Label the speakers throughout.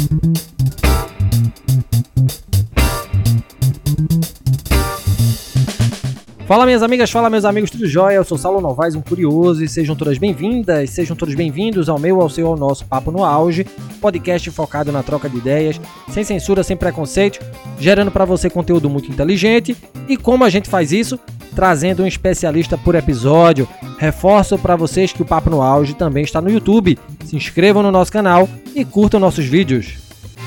Speaker 1: Fala minhas amigas, fala meus amigos, tudo jóia? Eu sou Saulo Novaes, um curioso, e sejam todas bem-vindas, sejam todos bem-vindos ao meu, ao seu, ao nosso Papo no Auge, podcast focado na troca de ideias, sem censura, sem preconceito, gerando para você conteúdo muito inteligente. E como a gente faz isso? Trazendo um especialista por episódio. Reforço para vocês que o Papo no Auge também está no YouTube. Se inscrevam no nosso canal e curtam nossos vídeos.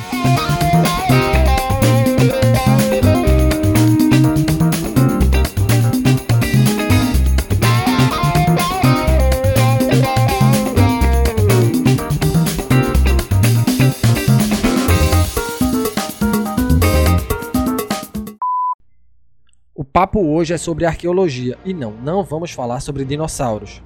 Speaker 1: O papo hoje é sobre arqueologia e não vamos falar sobre dinossauros.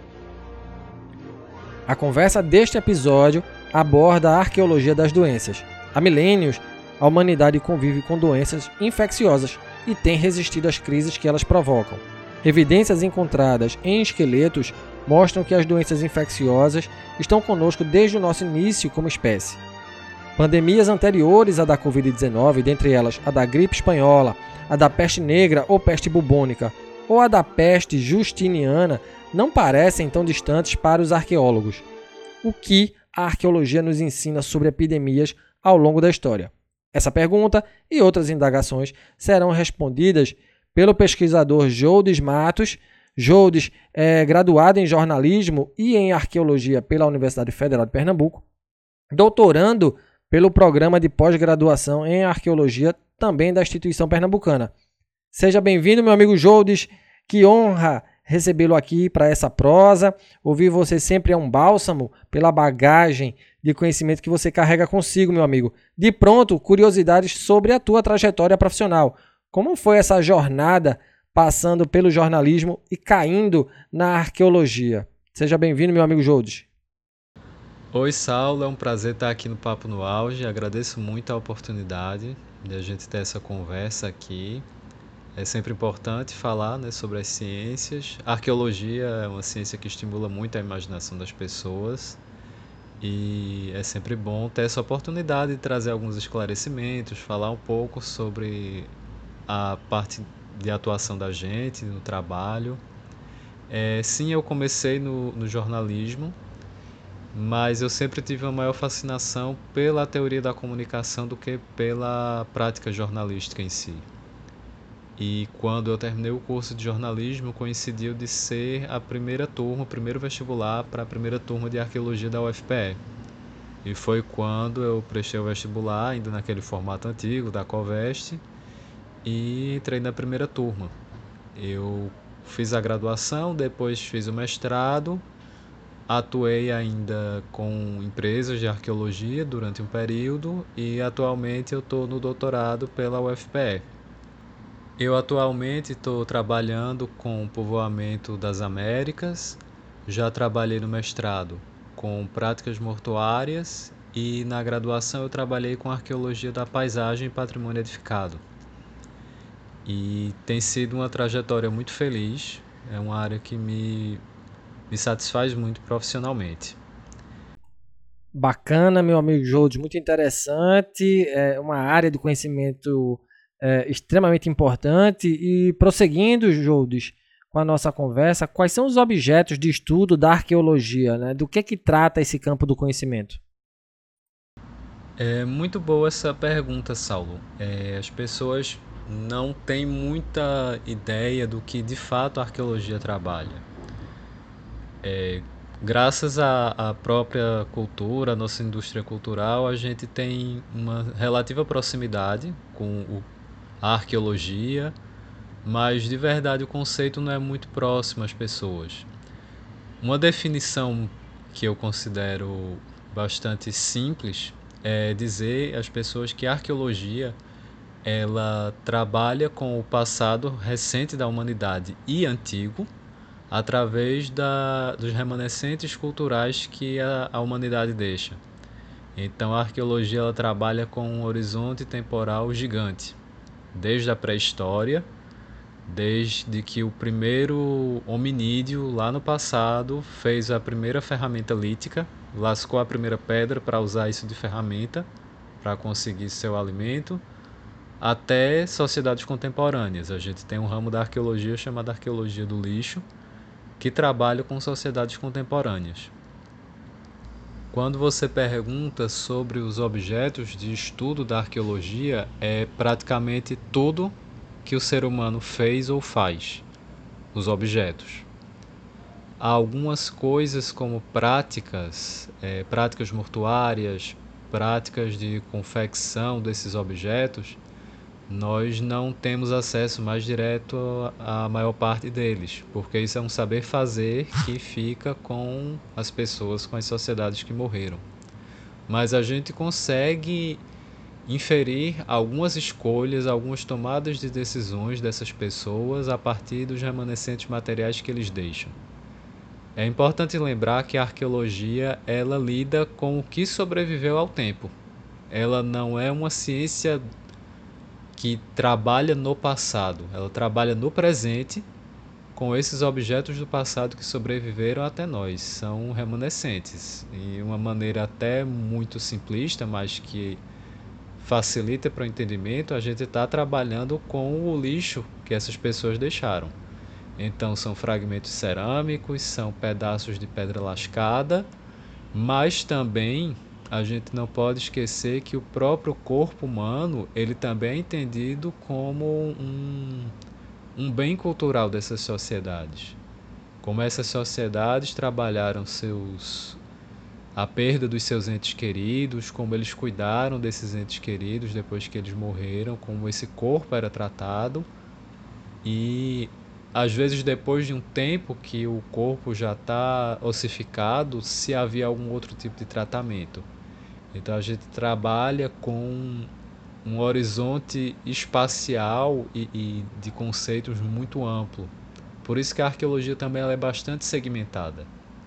Speaker 1: A conversa deste episódio aborda a arqueologia das doenças. Há milênios, a humanidade convive com doenças infecciosas e tem resistido às crises que elas provocam. Evidências encontradas em esqueletos mostram que as doenças infecciosas estão conosco desde o nosso início como espécie. Pandemias anteriores à da Covid-19, dentre elas a da gripe espanhola, a da peste negra ou peste bubônica, ou a da peste justiniana, não parecem tão distantes para os arqueólogos. O que a arqueologia nos ensina sobre epidemias ao longo da história? Essa pergunta e outras indagações serão respondidas pelo pesquisador Joldes Matos. Joldes é graduado em jornalismo e em arqueologia pela Universidade Federal de Pernambuco, doutorando pelo programa de pós-graduação em arqueologia também da instituição pernambucana. Seja bem-vindo, meu amigo Joldes, que honra recebê-lo aqui para essa prosa. Ouvir você sempre é um bálsamo pela bagagem de conhecimento que você carrega consigo, meu amigo. De pronto, curiosidades sobre a tua trajetória profissional. Como foi essa jornada passando pelo jornalismo e caindo na arqueologia? Seja bem-vindo, meu amigo Joldes.
Speaker 2: Oi, Saulo, é um prazer estar aqui no Papo no Auge. Agradeço muito a oportunidade de a gente ter essa conversa aqui. É sempre importante falar, né, sobre as ciências. A arqueologia é uma ciência que estimula muito a imaginação das pessoas e é sempre bom ter essa oportunidade de trazer alguns esclarecimentos, falar um pouco sobre a parte de atuação da gente no trabalho. Sim, eu comecei no jornalismo, mas eu sempre tive uma maior fascinação pela teoria da comunicação do que pela prática jornalística em si. E quando eu terminei o curso de jornalismo, coincidiu de ser a primeira turma, o primeiro vestibular para a primeira turma de arqueologia da UFPE. E foi quando eu prestei o vestibular, ainda naquele formato antigo da Coveste, e entrei na primeira turma. Eu fiz a graduação, depois fiz o mestrado. Atuei ainda com empresas de arqueologia durante um período e atualmente eu estou no doutorado pela UFPE. Eu atualmente estou trabalhando com o povoamento das Américas, já trabalhei no mestrado com práticas mortuárias e na graduação eu trabalhei com arqueologia da paisagem e patrimônio edificado. E tem sido uma trajetória muito feliz, é uma área que me satisfaz muito profissionalmente.
Speaker 1: Bacana, meu amigo Joldes, muito interessante, é uma área de conhecimento extremamente importante. E prosseguindo, Joldes, com a nossa conversa, quais são os objetos de estudo da arqueologia, né? Do que trata esse campo do conhecimento?
Speaker 2: É muito boa essa pergunta, Saulo. As pessoas não têm muita ideia do que de fato a arqueologia trabalha. Graças à própria cultura, à nossa indústria cultural, a gente tem uma relativa proximidade com a arqueologia, mas de verdade o conceito não é muito próximo às pessoas. Uma definição que eu considero bastante simples é dizer às pessoas que a arqueologia ela trabalha com o passado recente da humanidade e antigo, através dos remanescentes culturais que a humanidade deixa. Então a arqueologia ela trabalha com um horizonte temporal gigante, desde a pré-história, desde que o primeiro hominídeo, lá no passado, fez a primeira ferramenta lítica, lascou a primeira pedra para usar isso de ferramenta, para conseguir seu alimento, até sociedades contemporâneas. A gente tem um ramo da arqueologia chamado arqueologia do lixo, que trabalha com sociedades contemporâneas. Quando você pergunta sobre os objetos de estudo da arqueologia, é praticamente tudo que o ser humano fez ou faz, os objetos. Há algumas coisas como práticas mortuárias, práticas de confecção desses objetos, nós não temos acesso mais direto à maior parte deles, porque isso é um saber fazer que fica com as pessoas, com as sociedades que morreram. Mas a gente consegue inferir algumas escolhas, algumas tomadas de decisões dessas pessoas a partir dos remanescentes materiais que eles deixam. É importante lembrar que a arqueologia ela lida com o que sobreviveu ao tempo. Ela não é uma ciência que trabalha no passado, ela trabalha no presente com esses objetos do passado que sobreviveram até nós, são remanescentes. E uma maneira até muito simplista, mas que facilita para o entendimento, a gente está trabalhando com o lixo que essas pessoas deixaram. Então são fragmentos cerâmicos, são pedaços de pedra lascada, mas também a gente não pode esquecer que o próprio corpo humano ele também é entendido como um bem cultural dessas sociedades. Como essas sociedades trabalharam a perda dos seus entes queridos, como eles cuidaram desses entes queridos depois que eles morreram, como esse corpo era tratado e às vezes depois de um tempo que o corpo já está ossificado, se havia algum outro tipo de tratamento. Então a gente trabalha com um horizonte espacial e de conceitos muito amplo. Por isso que a arqueologia também ela é bastante segmentada.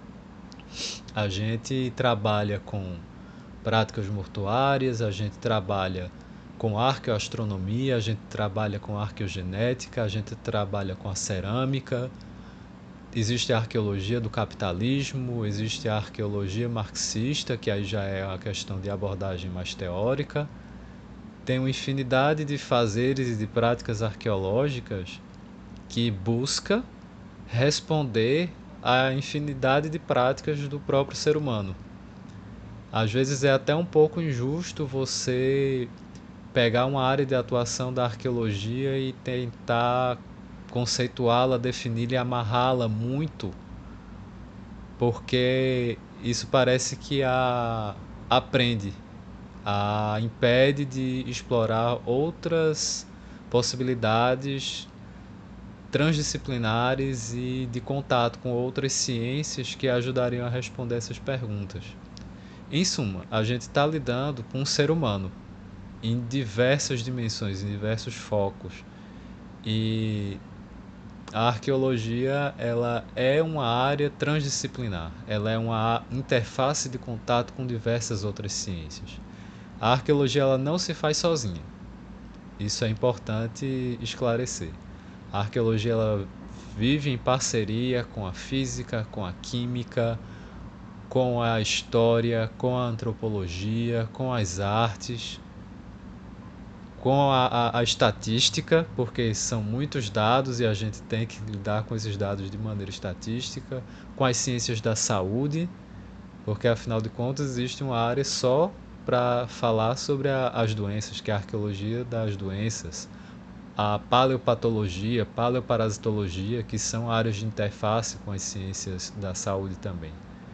Speaker 2: A gente trabalha com práticas mortuárias, a gente trabalha com arqueoastronomia, a gente trabalha com arqueogenética, a gente trabalha com a cerâmica, existe a arqueologia do capitalismo, existe a arqueologia marxista, que aí já é uma questão de abordagem mais teórica. Tem uma infinidade de fazeres e de práticas arqueológicas que busca responder à infinidade de práticas do próprio ser humano. Às vezes é até um pouco injusto você pegar uma área de atuação da arqueologia e tentar conceituá-la, defini-la e amarrá-la muito, porque isso parece que a impede de explorar outras possibilidades transdisciplinares e de contato com outras ciências que ajudariam a responder essas perguntas. Em suma, a gente está lidando com um ser humano em diversas dimensões, em diversos focos. E a arqueologia ela é uma área transdisciplinar, ela é uma interface de contato com diversas outras ciências. A arqueologia ela não se faz sozinha, isso é importante esclarecer. A arqueologia ela vive em parceria com a física, com a química, com a história, com a antropologia, com as artes, com a estatística, porque são muitos dados e a gente tem que lidar com esses dados de maneira estatística, com as ciências da saúde, porque afinal de contas existe uma área só para falar sobre as doenças, que é a arqueologia das doenças, a paleopatologia, paleoparasitologia, que são áreas de interface com as ciências da saúde também.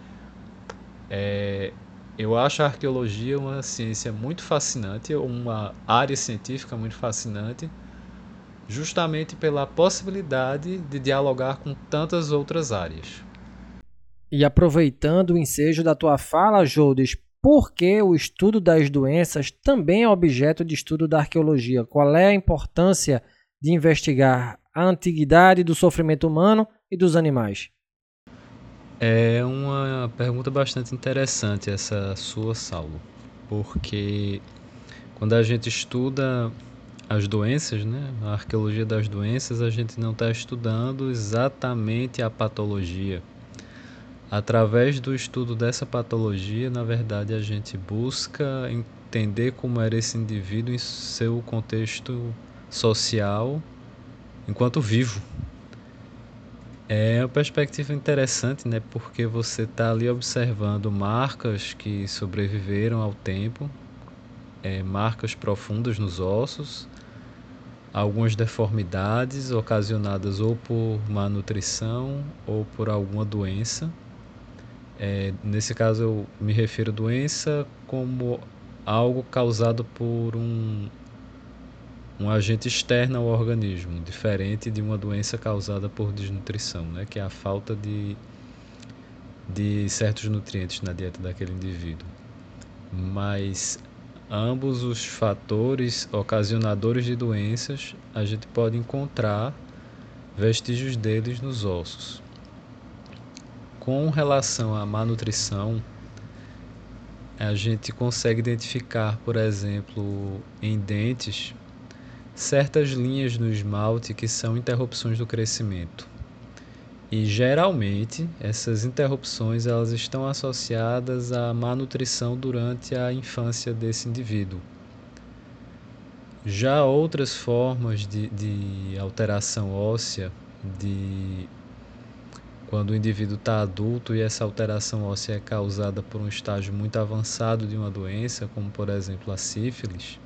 Speaker 2: Eu acho a arqueologia uma ciência muito fascinante, uma área científica muito fascinante, justamente pela possibilidade de dialogar com tantas outras áreas.
Speaker 1: E aproveitando o ensejo da tua fala, Jodes, por que o estudo das doenças também é objeto de estudo da arqueologia? Qual é a importância de investigar a antiguidade do sofrimento humano e dos animais?
Speaker 2: É uma pergunta bastante interessante essa sua, Saulo, porque quando a gente estuda as doenças, né? A arqueologia das doenças, a gente não está estudando exatamente a patologia. Através do estudo dessa patologia, na verdade, a gente busca entender como era esse indivíduo em seu contexto social enquanto vivo. É uma perspectiva interessante, né? Porque você está ali observando marcas que sobreviveram ao tempo, marcas profundas nos ossos, algumas deformidades ocasionadas ou por má nutrição ou por alguma doença. Nesse caso eu me refiro à doença como algo causado por um agente externo ao organismo, diferente de uma doença causada por desnutrição, né? Que é a falta de certos nutrientes na dieta daquele indivíduo. Mas ambos os fatores ocasionadores de doenças, a gente pode encontrar vestígios deles nos ossos. Com relação à má nutrição, a gente consegue identificar, por exemplo, em dentes, certas linhas no esmalte que são interrupções do crescimento. E geralmente essas interrupções elas estão associadas à má nutrição durante a infância desse indivíduo. Já outras formas de alteração óssea, quando o indivíduo está adulto e essa alteração óssea é causada por um estágio muito avançado de uma doença, como por exemplo a sífilis,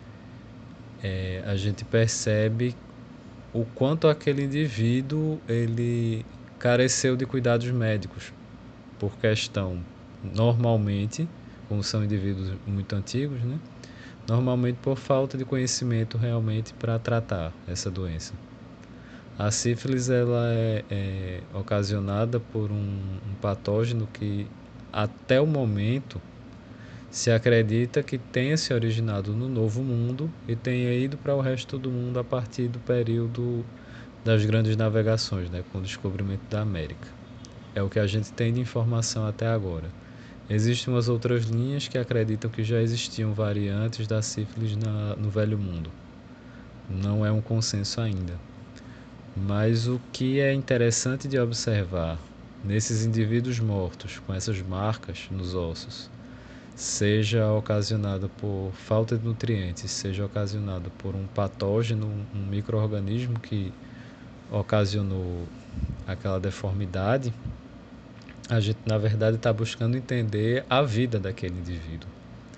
Speaker 2: a gente percebe o quanto aquele indivíduo ele careceu de cuidados médicos por questão, normalmente, como são indivíduos muito antigos, né? Normalmente por falta de conhecimento realmente para tratar essa doença. A sífilis ela é ocasionada por um patógeno que até o momento se acredita que tenha se originado no Novo Mundo e tenha ido para o resto do mundo a partir do período das grandes navegações, né, com o descobrimento da América. É o que a gente tem de informação até agora. Existem umas outras linhas que acreditam que já existiam variantes da sífilis no Velho Mundo. Não é um consenso ainda. Mas o que é interessante de observar nesses indivíduos mortos com essas marcas nos ossos, seja ocasionado por falta de nutrientes, seja ocasionado por um patógeno, um micro-organismo que ocasionou aquela deformidade, a gente na verdade está buscando entender a vida daquele indivíduo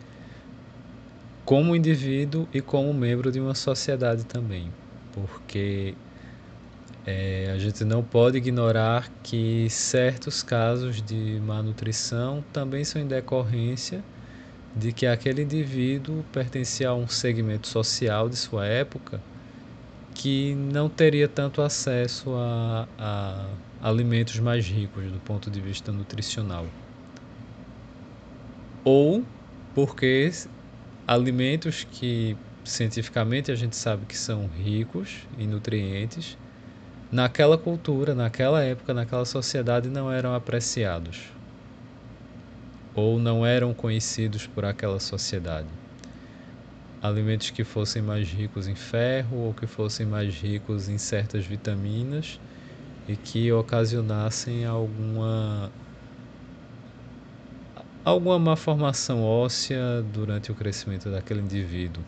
Speaker 2: como indivíduo e como membro de uma sociedade também, porque a gente não pode ignorar que certos casos de má nutrição também são em decorrência de que aquele indivíduo pertencia a um segmento social de sua época que não teria tanto acesso a alimentos mais ricos do ponto de vista nutricional. Ou porque alimentos que cientificamente a gente sabe que são ricos em nutrientes, naquela cultura, naquela época, naquela sociedade não eram apreciados ou não eram conhecidos por aquela sociedade. Alimentos que fossem mais ricos em ferro ou que fossem mais ricos em certas vitaminas e que ocasionassem alguma malformação óssea durante o crescimento daquele indivíduo.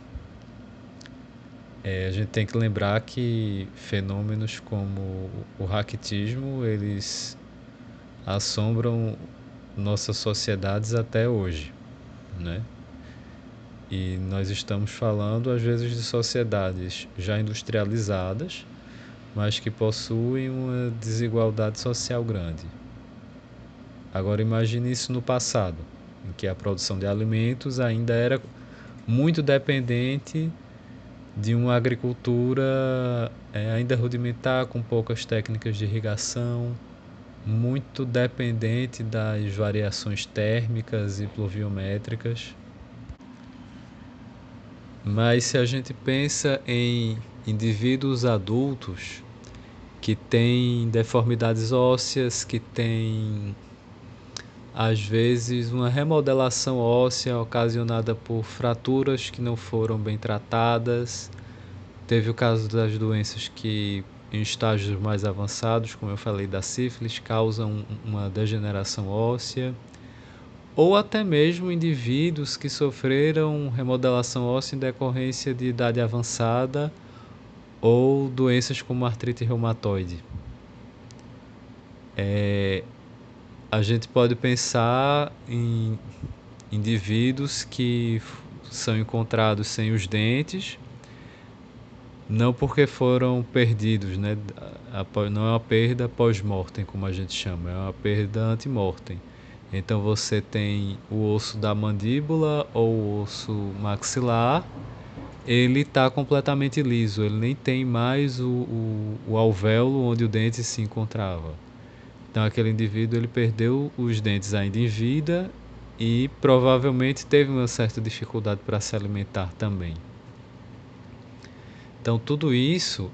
Speaker 2: A gente tem que lembrar que fenômenos como o raquitismo, eles assombram nossas sociedades até hoje, né? E nós estamos falando às vezes de sociedades já industrializadas, mas que possuem uma desigualdade social grande. Agora imagine isso no passado, em que a produção de alimentos ainda era muito dependente de uma agricultura ainda rudimentar, com poucas técnicas de irrigação, muito dependente das variações térmicas e pluviométricas. Mas se a gente pensa em indivíduos adultos que têm deformidades ósseas, que têm às vezes uma remodelação óssea ocasionada por fraturas que não foram bem tratadas, teve o caso das doenças que, em estágios mais avançados, como eu falei da sífilis, causam uma degeneração óssea, ou até mesmo indivíduos que sofreram remodelação óssea em decorrência de idade avançada ou doenças como artrite reumatoide. A gente pode pensar em indivíduos que são encontrados sem os dentes, não porque foram perdidos, né? Não é uma perda pós-mortem, como a gente chama, é uma perda ante-mortem. Então você tem o osso da mandíbula ou o osso maxilar, ele está completamente liso, ele nem tem mais o alvéolo onde o dente se encontrava. Então aquele indivíduo ele perdeu os dentes ainda em vida e provavelmente teve uma certa dificuldade para se alimentar também. Então tudo isso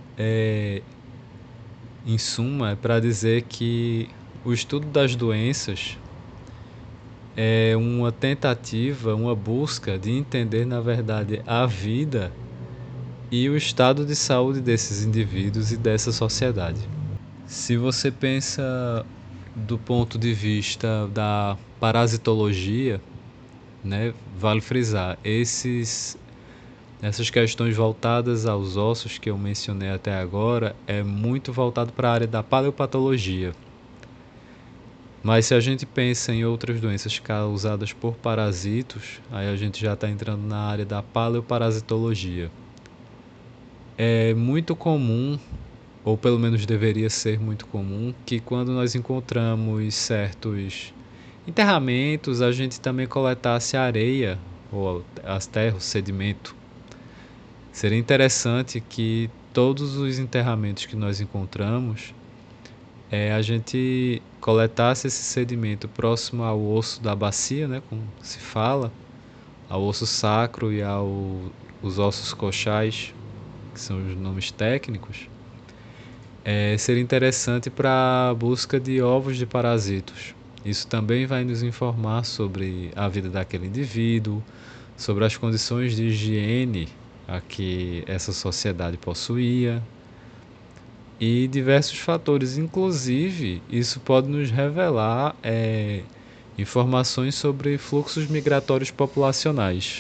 Speaker 2: em suma, é para dizer que o estudo das doenças é uma tentativa, uma busca de entender, na verdade, a vida e o estado de saúde desses indivíduos e dessa sociedade. Se você pensa do ponto de vista da parasitologia, né, vale frisar, essas questões voltadas aos ossos que eu mencionei até agora é muito voltado para a área da paleopatologia. Mas se a gente pensa em outras doenças causadas por parasitos, aí a gente já está entrando na área da paleoparasitologia. É muito comum, ou pelo menos deveria ser muito comum, que quando nós encontramos certos enterramentos, a gente também coletasse areia, ou as terras, o sedimento. Seria interessante que todos os enterramentos que nós encontramos, a gente coletasse esse sedimento próximo ao osso da bacia, né, como se fala, ao osso sacro e aos ossos coxais, que são os nomes técnicos. Seria interessante para a busca de ovos de parasitos. Isso também vai nos informar sobre a vida daquele indivíduo, sobre as condições de higiene a que essa sociedade possuía e diversos fatores. Inclusive, isso pode nos revelar informações sobre fluxos migratórios populacionais.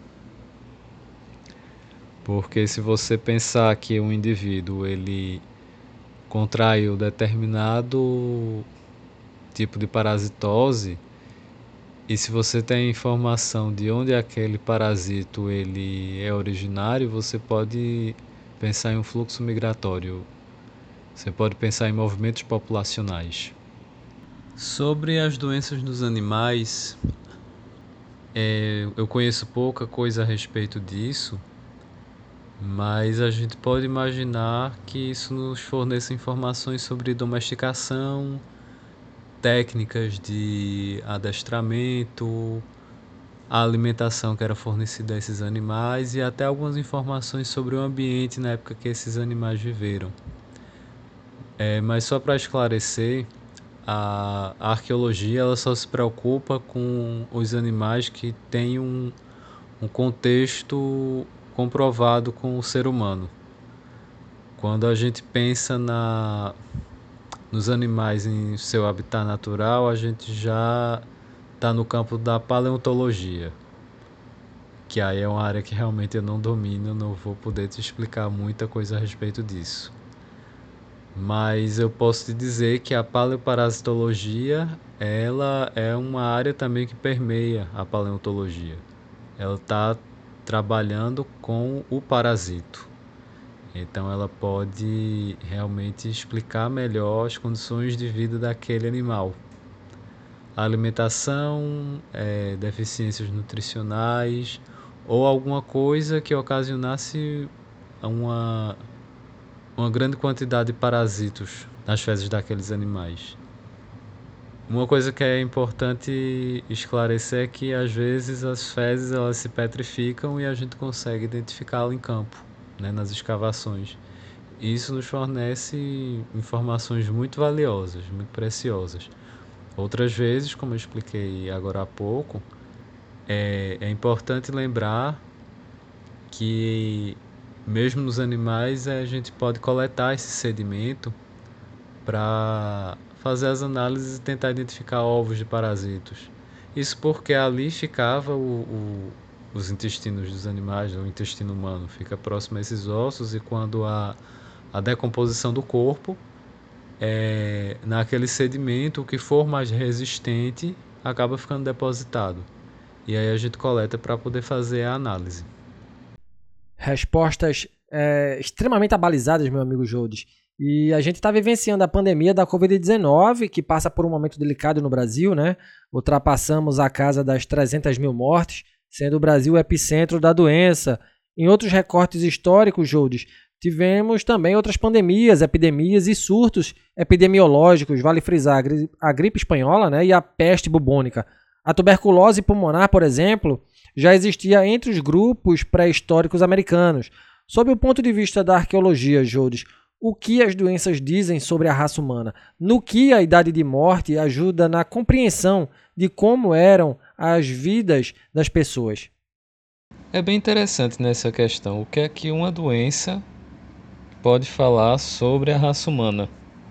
Speaker 2: Porque se você pensar que um indivíduo ele contraiu determinado tipo de parasitose, e se você tem informação de onde aquele parasito ele é originário, você pode pensar em um fluxo migratório. Você pode pensar em movimentos populacionais. Sobre as doenças dos animais, eu conheço pouca coisa a respeito disso, mas a gente pode imaginar que isso nos forneça informações sobre domesticação, técnicas de adestramento, a alimentação que era fornecida a esses animais e até algumas informações sobre o ambiente na época que esses animais viveram. Mas só para esclarecer, a arqueologia ela só se preocupa com os animais que têm um contexto comprovado com o ser humano. Quando a gente pensa nos animais em seu habitat natural, a gente já está no campo da paleontologia, que aí é uma área que realmente eu não domino, não vou poder te explicar muita coisa a respeito disso. Mas eu posso te dizer que a paleoparasitologia, ela é uma área também que permeia a paleontologia. Ela está trabalhando com o parasito. Então ela pode realmente explicar melhor as condições de vida daquele animal. A alimentação, deficiências nutricionais ou alguma coisa que ocasionasse uma grande quantidade de parasitos nas fezes daqueles animais. Uma coisa que é importante esclarecer é que às vezes as fezes elas se petrificam e a gente consegue identificá-la em campo, né, nas escavações. Isso nos fornece informações muito valiosas, muito preciosas. Outras vezes, como eu expliquei agora há pouco, é importante lembrar que mesmo nos animais, a gente pode coletar esse sedimento para fazer as análises e tentar identificar ovos de parasitos. Isso porque ali ficava os intestinos dos animais, o intestino humano fica próximo a esses ossos, e quando a decomposição do corpo, naquele sedimento, o que for mais resistente acaba ficando depositado. E aí a gente coleta para poder fazer a análise.
Speaker 1: Respostas extremamente abalizadas, meu amigo Jodes. E a gente está vivenciando a pandemia da Covid-19, que passa por um momento delicado no Brasil, né? Ultrapassamos a casa das 300 mil mortes, sendo o Brasil o epicentro da doença. Em outros recortes históricos, Jodes, tivemos também outras pandemias, epidemias e surtos epidemiológicos, vale frisar a gripe espanhola, né, e a peste bubônica. A tuberculose pulmonar, por exemplo, já existia entre os grupos pré-históricos americanos. Sob o ponto de vista da arqueologia, Jodes, o que as doenças dizem sobre a raça humana? No que a idade de morte ajuda na compreensão de como eram as vidas das pessoas?
Speaker 2: É bem interessante nessa questão. O que é que uma doença pode falar sobre a raça humana?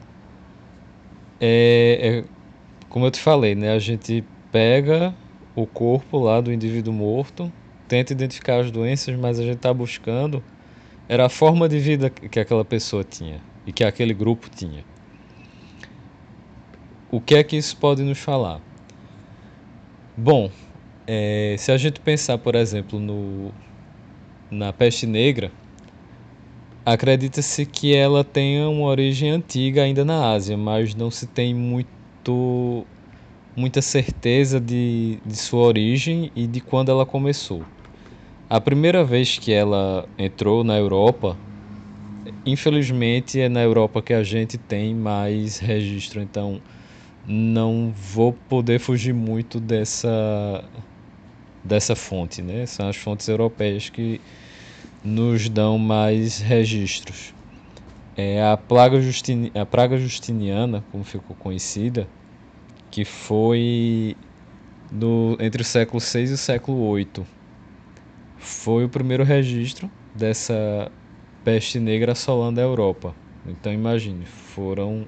Speaker 2: Como eu te falei, né? A gente pega o corpo lá do indivíduo morto, tenta identificar as doenças, mas a gente está buscando era a forma de vida que aquela pessoa tinha e que aquele grupo tinha. O que é que isso pode nos falar? Bom, se a gente pensar, por exemplo, na peste negra, acredita-se que ela tenha uma origem antiga ainda na Ásia, mas não se tem muita certeza de sua origem e de quando ela começou. A primeira vez que ela entrou na Europa, infelizmente é na Europa que a gente tem mais registro, então não vou poder fugir muito dessa fonte, né? São as fontes europeias que nos dão mais registros. A praga justiniana, como ficou conhecida, que foi entre o século VI e o século VIII. Foi o primeiro registro dessa peste negra assolando a Europa. Então imagine, foram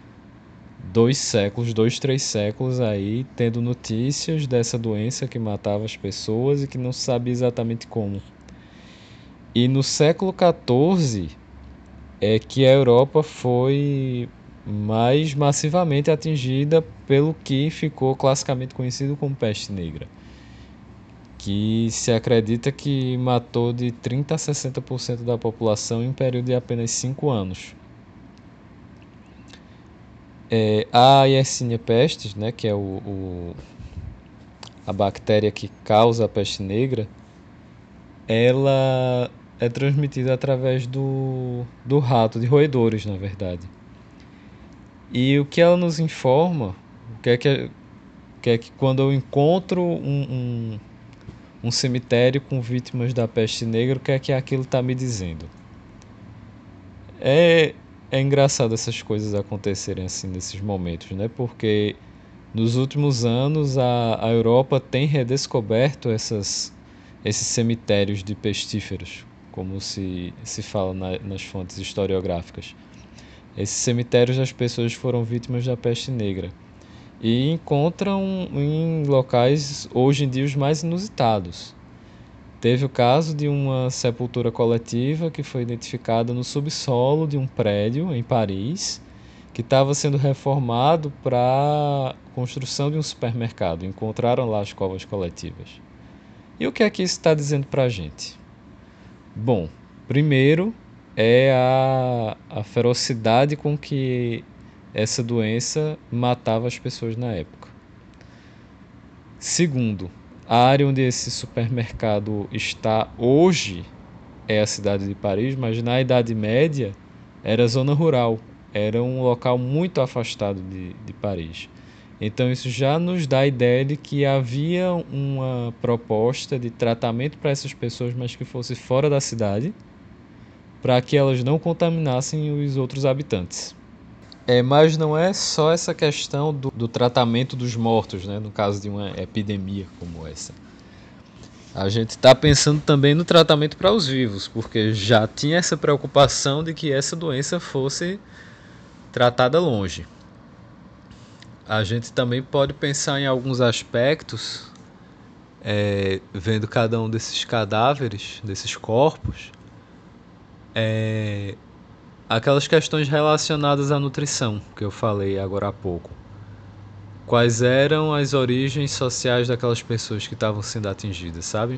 Speaker 2: 3 séculos aí tendo notícias dessa doença que matava as pessoas e que não se sabia exatamente como. E no século XIV é que a Europa foi mais massivamente atingida pelo que ficou classicamente conhecido como peste negra, que se acredita que matou de 30 a 60% da população em um período de apenas 5 anos. A Yersinia pestis, né, que é a bactéria que causa a peste negra, ela é transmitida através do rato, de roedores, na verdade. E o que ela nos informa, que quando eu encontro um cemitério com vítimas da peste negra, o que aquilo está me dizendo? É engraçado essas coisas acontecerem assim nesses momentos, né? Porque nos últimos anos a Europa tem redescoberto esses cemitérios de pestíferos, como se fala nas fontes historiográficas. Esses cemitérios as pessoas foram vítimas da peste negra e encontram em locais hoje em dia os mais inusitados. Teve o caso de uma sepultura coletiva que foi identificada no subsolo de um prédio em Paris, que estava sendo reformado para a construção de um supermercado. Encontraram lá as covas coletivas. E o que é que isso está dizendo para a gente? Bom, primeiro é a ferocidade com que essa doença matava as pessoas na época. Segundo, a área onde esse supermercado está hoje é a cidade de Paris, mas na Idade Média era zona rural, era um local muito afastado de Paris. Então isso já nos dá a ideia de que havia uma proposta de tratamento para essas pessoas, mas que fosse fora da cidade, para que elas não contaminassem os outros habitantes. Mas não é só essa questão do tratamento dos mortos, né, no caso de uma epidemia como essa. A gente está pensando também no tratamento para os vivos, porque já tinha essa preocupação de que essa doença fosse tratada longe. A gente também pode pensar em alguns aspectos, vendo cada um desses cadáveres, desses corpos, aquelas questões relacionadas à nutrição que eu falei agora há pouco. Quais eram as origens sociais daquelas pessoas que estavam sendo atingidas, sabe?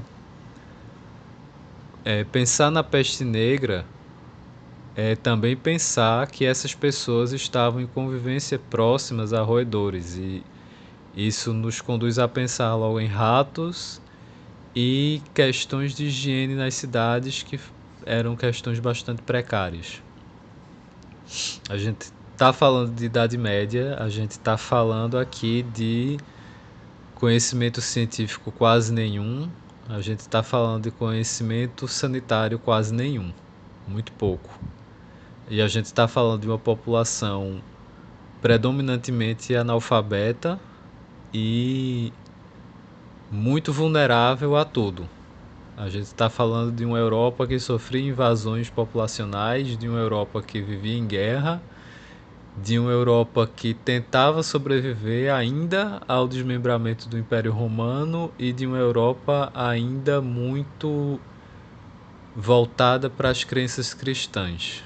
Speaker 2: Pensar na peste negra é também pensar que essas pessoas estavam em convivência próximas a roedores, e isso nos conduz a pensar logo em ratos e questões de higiene nas cidades que eram questões bastante precárias. A gente está falando de Idade Média, a gente está falando aqui de conhecimento científico quase nenhum, a gente está falando de conhecimento sanitário quase nenhum, muito pouco. E a gente está falando de uma população predominantemente analfabeta e muito vulnerável a tudo. A gente está falando de uma Europa que sofria invasões populacionais, de uma Europa que vivia em guerra, de uma Europa que tentava sobreviver ainda ao desmembramento do Império Romano e de uma Europa ainda muito voltada para as crenças cristãs.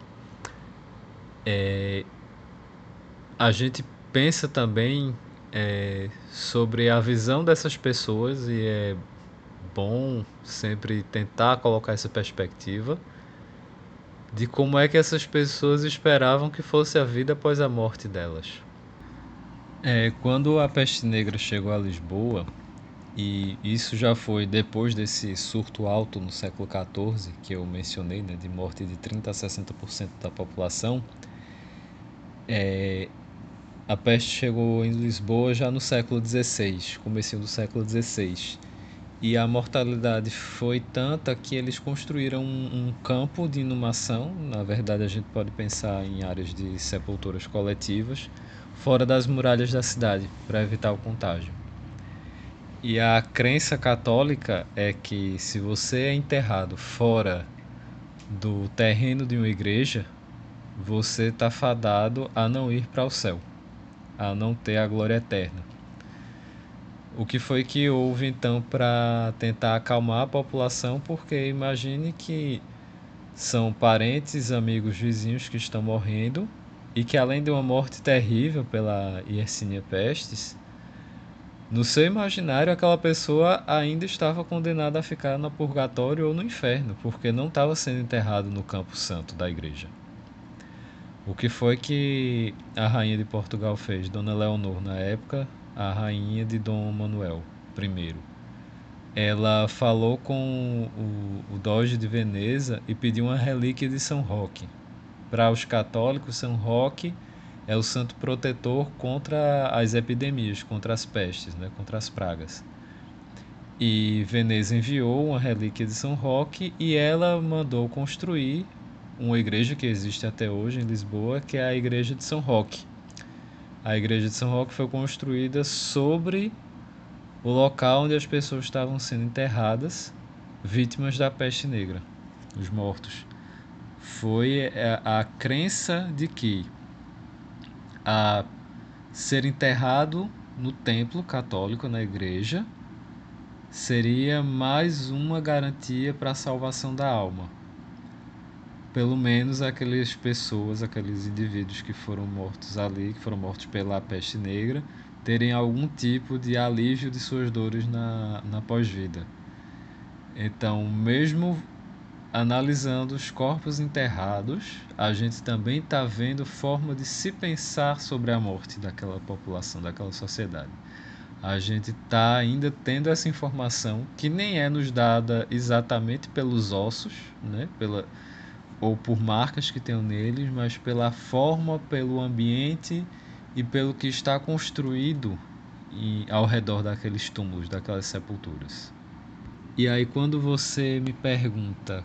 Speaker 2: A gente pensa também sobre a visão dessas pessoas, e é bom sempre tentar colocar essa perspectiva de como é que essas pessoas esperavam que fosse a vida após a morte delas. Quando a peste negra chegou a Lisboa, e isso já foi depois desse surto alto no século XIV, que eu mencionei, né, de morte de 30% a 60% da população, a peste chegou em Lisboa já no século XVI, comecinho do século XVI. E a mortalidade foi tanta que eles construíram um campo de inumação. Na verdade, a gente pode pensar em áreas de sepulturas coletivas fora das muralhas da cidade, para evitar o contágio. E a crença católica é que se você é enterrado fora do terreno de uma igreja, você está fadado a não ir para o céu, a não ter a glória eterna. O que foi que houve então para tentar acalmar a população? Porque imagine que são parentes, amigos, vizinhos que estão morrendo, e que além de uma morte terrível pela Yersinia pestis, no seu imaginário aquela pessoa ainda estava condenada a ficar no purgatório ou no inferno, porque não estava sendo enterrado no campo santo da igreja. O que foi que a rainha de Portugal fez? Dona Leonor, na época, a rainha de Dom Manuel I. Ela falou com o Doge de Veneza e pediu uma relíquia de São Roque. Para os católicos, São Roque é o santo protetor contra as epidemias, contra as pestes, né, contra as pragas. E Veneza enviou uma relíquia de São Roque e ela mandou construir uma igreja que existe até hoje em Lisboa, que é a Igreja de São Roque. A Igreja de São Roque foi construída sobre o local onde as pessoas estavam sendo enterradas, vítimas da peste negra, os mortos. Foi a crença de que a ser enterrado no templo católico, na igreja, seria mais uma garantia para a salvação da alma. Pelo menos aquelas pessoas, aqueles indivíduos que foram mortos ali, que foram mortos pela peste negra, terem algum tipo de alívio de suas dores na pós-vida. Então, mesmo analisando os corpos enterrados, a gente também está vendo forma de se pensar sobre a morte daquela população, daquela sociedade. A gente está ainda tendo essa informação que nem é nos dada exatamente pelos ossos, né? Ou por marcas que tenham neles, mas pela forma, pelo ambiente e pelo que está construído ao redor daqueles túmulos, daquelas sepulturas. E aí quando você me pergunta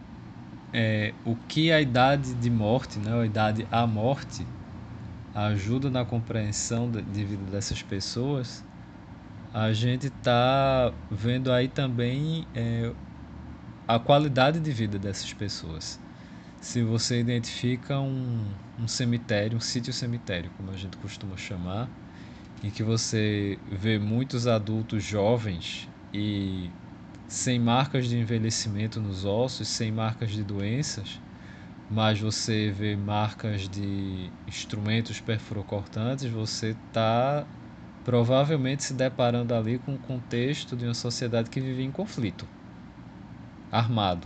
Speaker 2: o que a idade de morte, né, a idade à morte, ajuda na compreensão de vida dessas pessoas, a gente está vendo aí também a qualidade de vida dessas pessoas. Se você identifica um cemitério, um sítio cemitério, como a gente costuma chamar, em que você vê muitos adultos jovens e sem marcas de envelhecimento nos ossos, sem marcas de doenças, mas você vê marcas de instrumentos perfurocortantes, você está provavelmente se deparando ali com o contexto de uma sociedade que vive em conflito, armado.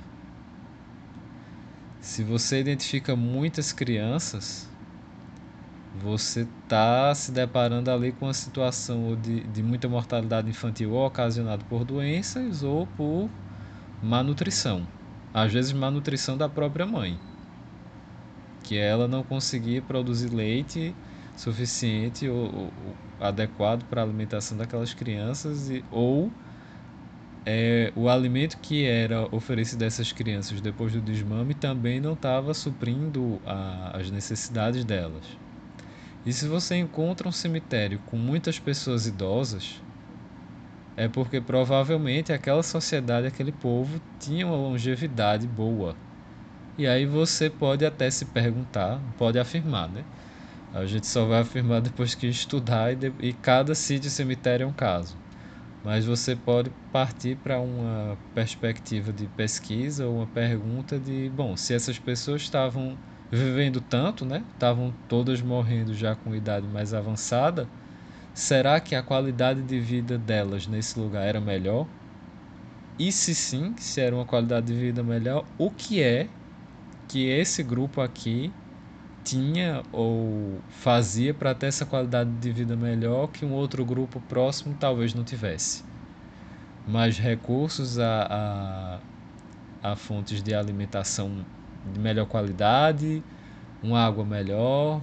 Speaker 2: Se você identifica muitas crianças, você está se deparando ali com uma situação de muita mortalidade infantil ou ocasionada por doenças ou por malnutrição. Às vezes malnutrição da própria mãe, que ela não conseguia produzir leite suficiente ou adequado para a alimentação daquelas crianças ou o alimento que era oferecido a essas crianças depois do desmame também não estava suprindo as necessidades delas. E se você encontra um cemitério com muitas pessoas idosas, é porque provavelmente aquela sociedade, aquele povo tinha uma longevidade boa. E aí você pode até se perguntar, pode afirmar, né? A gente só vai afirmar depois que estudar e cada sítio e cemitério é um caso. Mas você pode partir para uma perspectiva de pesquisa ou uma pergunta de, bom, se essas pessoas estavam vivendo tanto, né? Estavam todas morrendo já com idade mais avançada, será que a qualidade de vida delas nesse lugar era melhor? E se sim, se era uma qualidade de vida melhor, o que é que esse grupo aqui tinha ou fazia para ter essa qualidade de vida melhor que um outro grupo próximo talvez não tivesse? Mais recursos a fontes de alimentação de melhor qualidade, uma água melhor,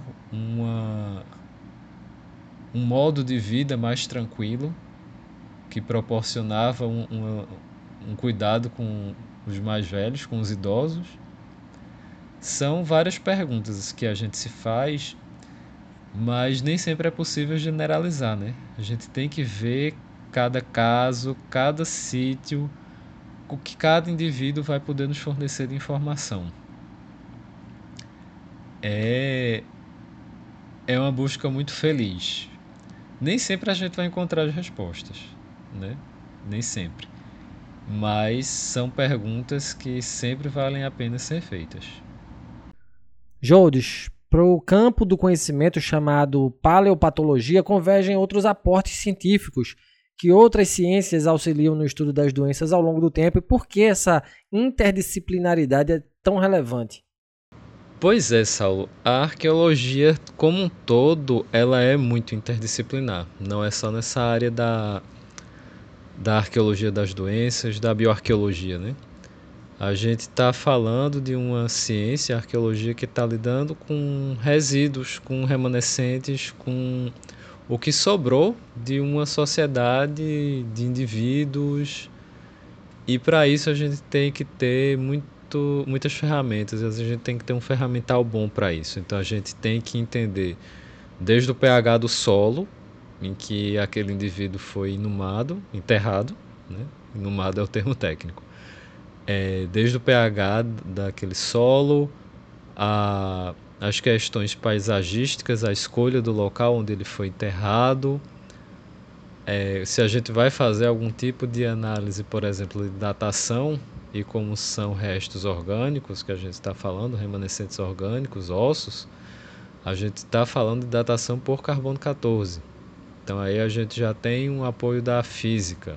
Speaker 2: um modo de vida mais tranquilo que proporcionava um cuidado com os mais velhos, com os idosos. São várias perguntas que a gente se faz, mas nem sempre é possível generalizar, né? A gente tem que ver cada caso, cada sítio, o que cada indivíduo vai poder nos fornecer de informação. É, é uma busca muito feliz. Nem sempre a gente vai encontrar as respostas, né? Nem sempre. Mas são perguntas que sempre valem a pena ser feitas.
Speaker 1: Jodes, para o campo do conhecimento chamado paleopatologia, convergem outros aportes científicos que outras ciências auxiliam no estudo das doenças ao longo do tempo e por que essa interdisciplinaridade é tão relevante?
Speaker 2: Pois é, Saulo. A arqueologia como um todo, ela é muito interdisciplinar. Não é só nessa área da arqueologia das doenças, da bioarqueologia, né? A gente está falando de uma ciência, a arqueologia, que está lidando com resíduos, com remanescentes, com o que sobrou de uma sociedade de indivíduos. E para isso a gente tem que ter muitas ferramentas, a gente tem que ter um ferramental bom para isso. Então a gente tem que entender desde o pH do solo, em que aquele indivíduo foi inumado, enterrado, né? Inumado é o termo técnico. Desde o pH daquele solo, as questões paisagísticas, a escolha do local onde ele foi enterrado. Se a gente vai fazer algum tipo de análise, por exemplo, de datação, e como são restos orgânicos que a gente está falando, remanescentes orgânicos, ossos, a gente está falando de datação por carbono 14. Então aí a gente já tem um apoio da física.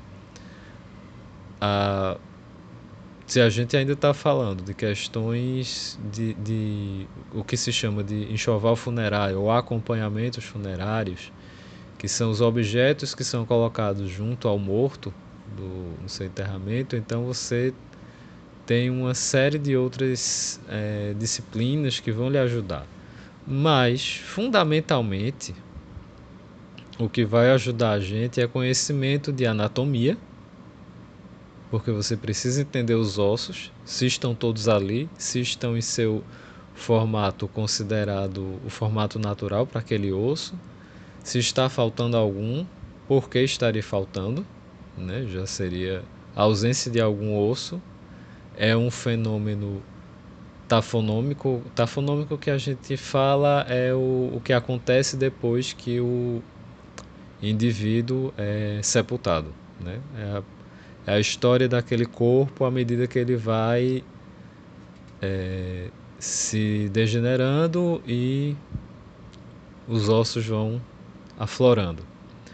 Speaker 2: Se a gente ainda está falando de questões de o que se chama de enxoval funerário ou acompanhamentos funerários, que são os objetos que são colocados junto ao morto no seu enterramento, então você tem uma série de outras disciplinas que vão lhe ajudar. Mas, fundamentalmente, o que vai ajudar a gente é conhecimento de anatomia, porque você precisa entender os ossos, se estão todos ali, se estão em seu formato considerado o formato natural para aquele osso, se está faltando algum, por que estaria faltando, né? Já seria a ausência de algum osso, é um fenômeno tafonômico. Tafonômico que a gente fala é o que acontece depois que o indivíduo é sepultado, né? É a história daquele corpo à medida que ele vai se degenerando e os ossos vão aflorando.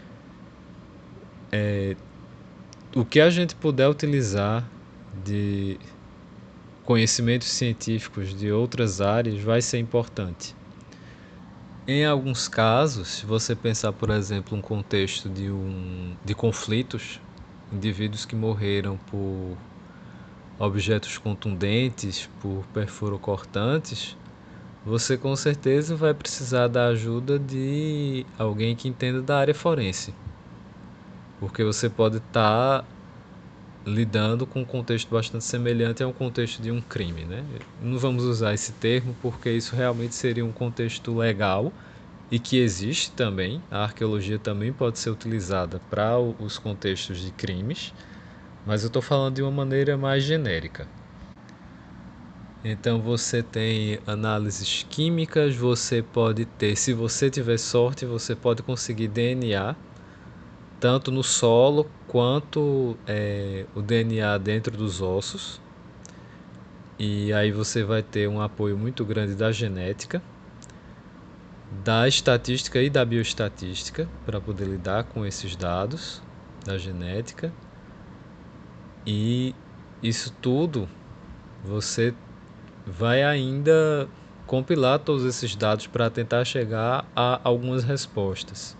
Speaker 2: O que a gente puder utilizar de conhecimentos científicos de outras áreas vai ser importante. Em alguns casos, se você pensar, por exemplo, um contexto de conflitos, indivíduos que morreram por objetos contundentes, por perfuro-cortantes, você com certeza vai precisar da ajuda de alguém que entenda da área forense, porque você pode estar lidando com um contexto bastante semelhante ao contexto de um crime, né? Não vamos usar esse termo porque isso realmente seria um contexto legal e que existe também. A arqueologia também pode ser utilizada para os contextos de crimes, mas eu estou falando de uma maneira mais genérica. Então você tem análises químicas, você pode ter, se você tiver sorte, você pode conseguir DNA, tanto no solo quanto o DNA dentro dos ossos. E aí você vai ter um apoio muito grande da genética, da estatística e da bioestatística para poder lidar com esses dados da genética. E isso tudo você vai ainda compilar todos esses dados para tentar chegar a algumas respostas.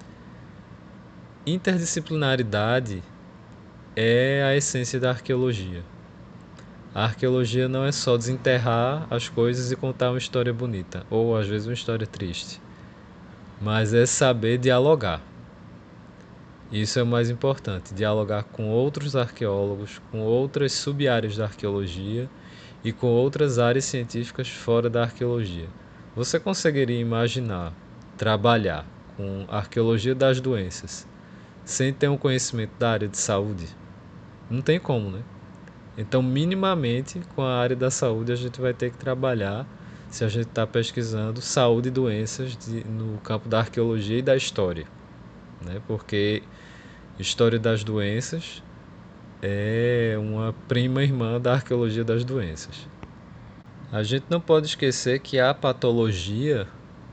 Speaker 2: Interdisciplinaridade é a essência da arqueologia. A arqueologia não é só desenterrar as coisas e contar uma história bonita, ou às vezes uma história triste, mas é saber dialogar. Isso é o mais importante, dialogar com outros arqueólogos, com outras sub-áreas da arqueologia e com outras áreas científicas fora da arqueologia. Você conseguiria imaginar trabalhar com arqueologia das doenças sem ter um conhecimento da área de saúde? Não tem como, né? Então, minimamente, com a área da saúde, a gente vai ter que trabalhar se a gente está pesquisando saúde e doenças no campo da arqueologia e da história, né? Porque história das doenças é uma prima irmã da arqueologia das doenças. A gente não pode esquecer que a patologia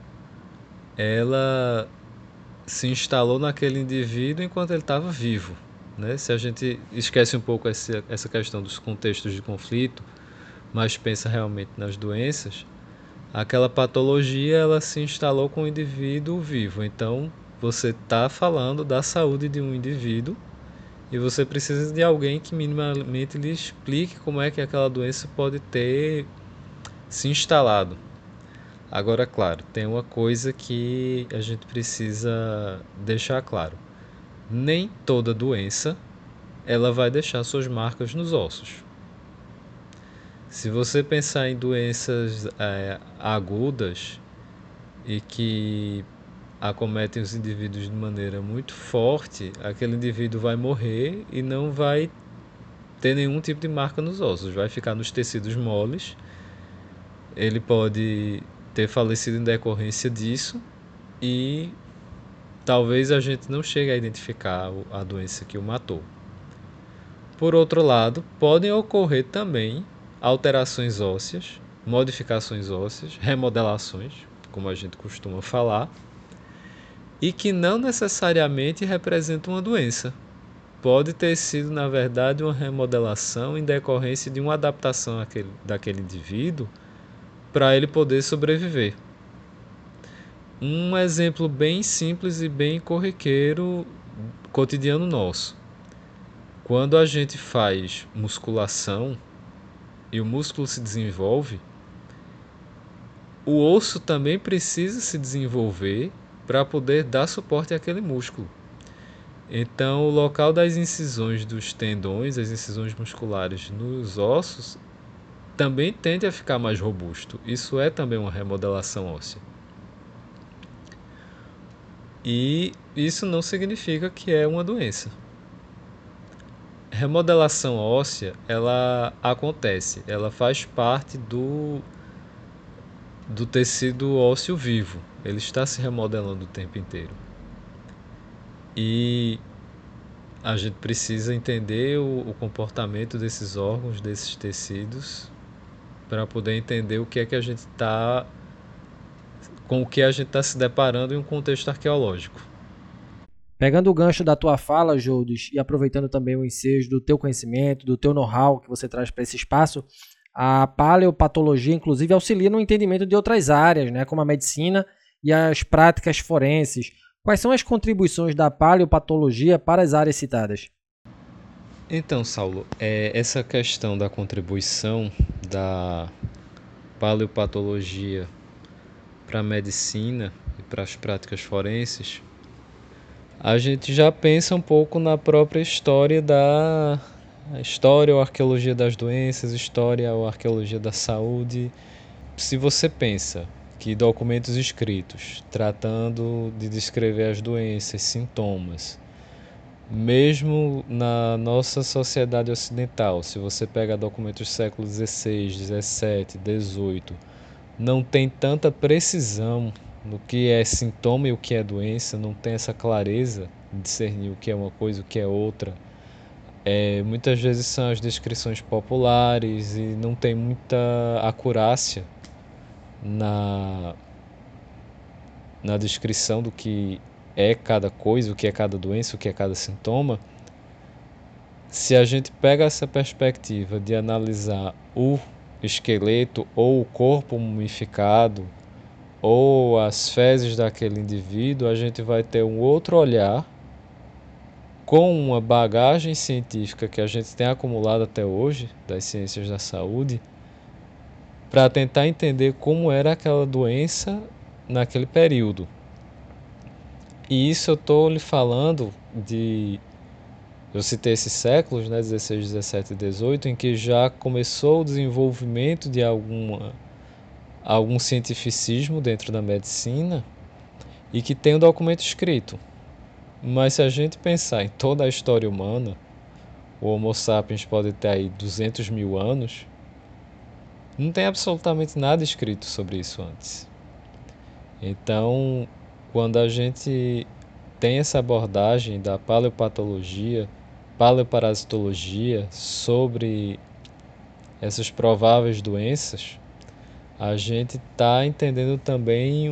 Speaker 2: ela se instalou naquele indivíduo enquanto ele estava vivo, né? Se a gente esquece um pouco essa questão dos contextos de conflito, mas pensa realmente nas doenças, aquela patologia ela se instalou com o indivíduo vivo. Então você está falando da saúde de um indivíduo e você precisa de alguém que minimamente lhe explique como é que aquela doença pode ter se instalado. Agora, claro, tem uma coisa que a gente precisa deixar claro. Nem toda doença ela vai deixar suas marcas nos ossos. Se você pensar em doenças agudas e que acometem os indivíduos de maneira muito forte, aquele indivíduo vai morrer e não vai ter nenhum tipo de marca nos ossos, vai ficar nos tecidos moles. Ele pode ter falecido em decorrência disso e talvez a gente não chegue a identificar a doença que o matou. Por outro lado, podem ocorrer também alterações ósseas, modificações ósseas, remodelações, como a gente costuma falar, e que não necessariamente representam uma doença. Pode ter sido, na verdade, uma remodelação em decorrência de uma adaptação daquele indivíduo para ele poder sobreviver. Um exemplo bem simples e bem corriqueiro cotidiano nosso. Quando a gente faz musculação e o músculo se desenvolve, o osso também precisa se desenvolver para poder dar suporte àquele músculo. Então, o local das incisões dos tendões, as incisões musculares nos ossos, também tende a ficar mais robusto. Isso é também uma remodelação óssea. E isso não significa que é uma doença. Remodelação óssea, ela acontece, ela faz parte do tecido ósseo vivo. Ele está se remodelando o tempo inteiro. E a gente precisa entender o comportamento desses órgãos, desses tecidos, para poder entender o que é que a gente está, com o que a gente está se deparando em um contexto arqueológico.
Speaker 1: Pegando o gancho da tua fala, Jodes, e aproveitando também o ensejo do teu conhecimento, do teu know-how que você traz para esse espaço, a paleopatologia, inclusive, auxilia no entendimento de outras áreas, né, como a medicina e as práticas forenses. Quais são as contribuições da paleopatologia para as áreas citadas?
Speaker 2: Então, Saulo, essa questão da contribuição da paleopatologia para a medicina e para as práticas forenses, a gente já pensa um pouco na própria história história ou arqueologia das doenças, história ou arqueologia da saúde. Se você pensa que documentos escritos tratando de descrever as doenças, sintomas, mesmo na nossa sociedade ocidental, se você pega documentos do século XVI, XVII, XVIII, não tem tanta precisão no que é sintoma e o que é doença, não tem essa clareza de discernir o que é uma coisa e o que é outra. Muitas vezes são as descrições populares e não tem muita acurácia na, na descrição do que é cada coisa, o que é cada doença, o que é cada sintoma. Se a gente pega essa perspectiva de analisar o esqueleto ou o corpo mumificado ou as fezes daquele indivíduo, a gente vai ter um outro olhar com uma bagagem científica que a gente tem acumulado até hoje, das ciências da saúde, para tentar entender como era aquela doença naquele período. E isso eu estou lhe falando de. Eu citei esses séculos, né, 16, 17 e 18, em que já começou o desenvolvimento de algum cientificismo dentro da medicina e que tem um documento escrito. Mas se a gente pensar em toda a história humana, o Homo sapiens pode ter aí 200 mil anos, não tem absolutamente nada escrito sobre isso antes. Então, quando a gente tem essa abordagem da paleopatologia, paleoparasitologia sobre essas prováveis doenças, a gente está entendendo também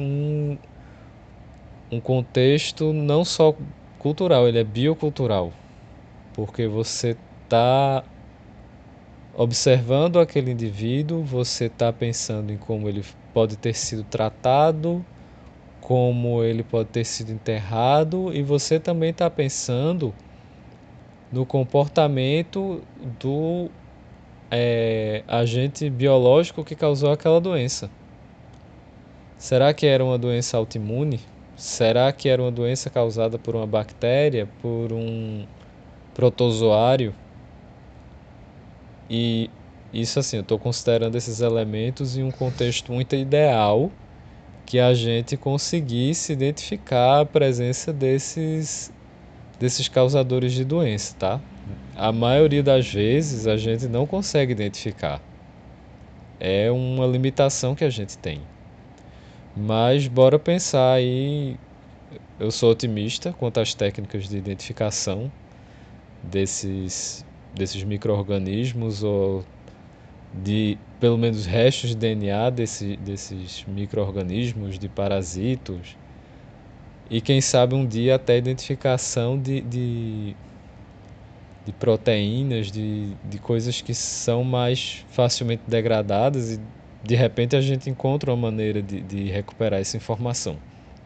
Speaker 2: um contexto não só cultural, ele é biocultural, porque você está observando aquele indivíduo, você está pensando em como ele pode ter sido tratado, como ele pode ter sido enterrado, e você também está pensando no comportamento do agente biológico que causou aquela doença. Será que era uma doença autoimune? Será que era uma doença causada por uma bactéria, por um protozoário? E isso assim, eu estou considerando esses elementos em um contexto muito ideal que a gente conseguisse identificar a presença desses causadores de doença, tá? A maioria das vezes a gente não consegue identificar. É uma limitação que a gente tem. Mas bora pensar aí. Eu sou otimista quanto às técnicas de identificação desses micro-organismos ou de pelo menos restos de DNA desses micro-organismos, de parasitos, e quem sabe um dia até a identificação de proteínas, de coisas que são mais facilmente degradadas e de repente a gente encontra uma maneira de recuperar essa informação.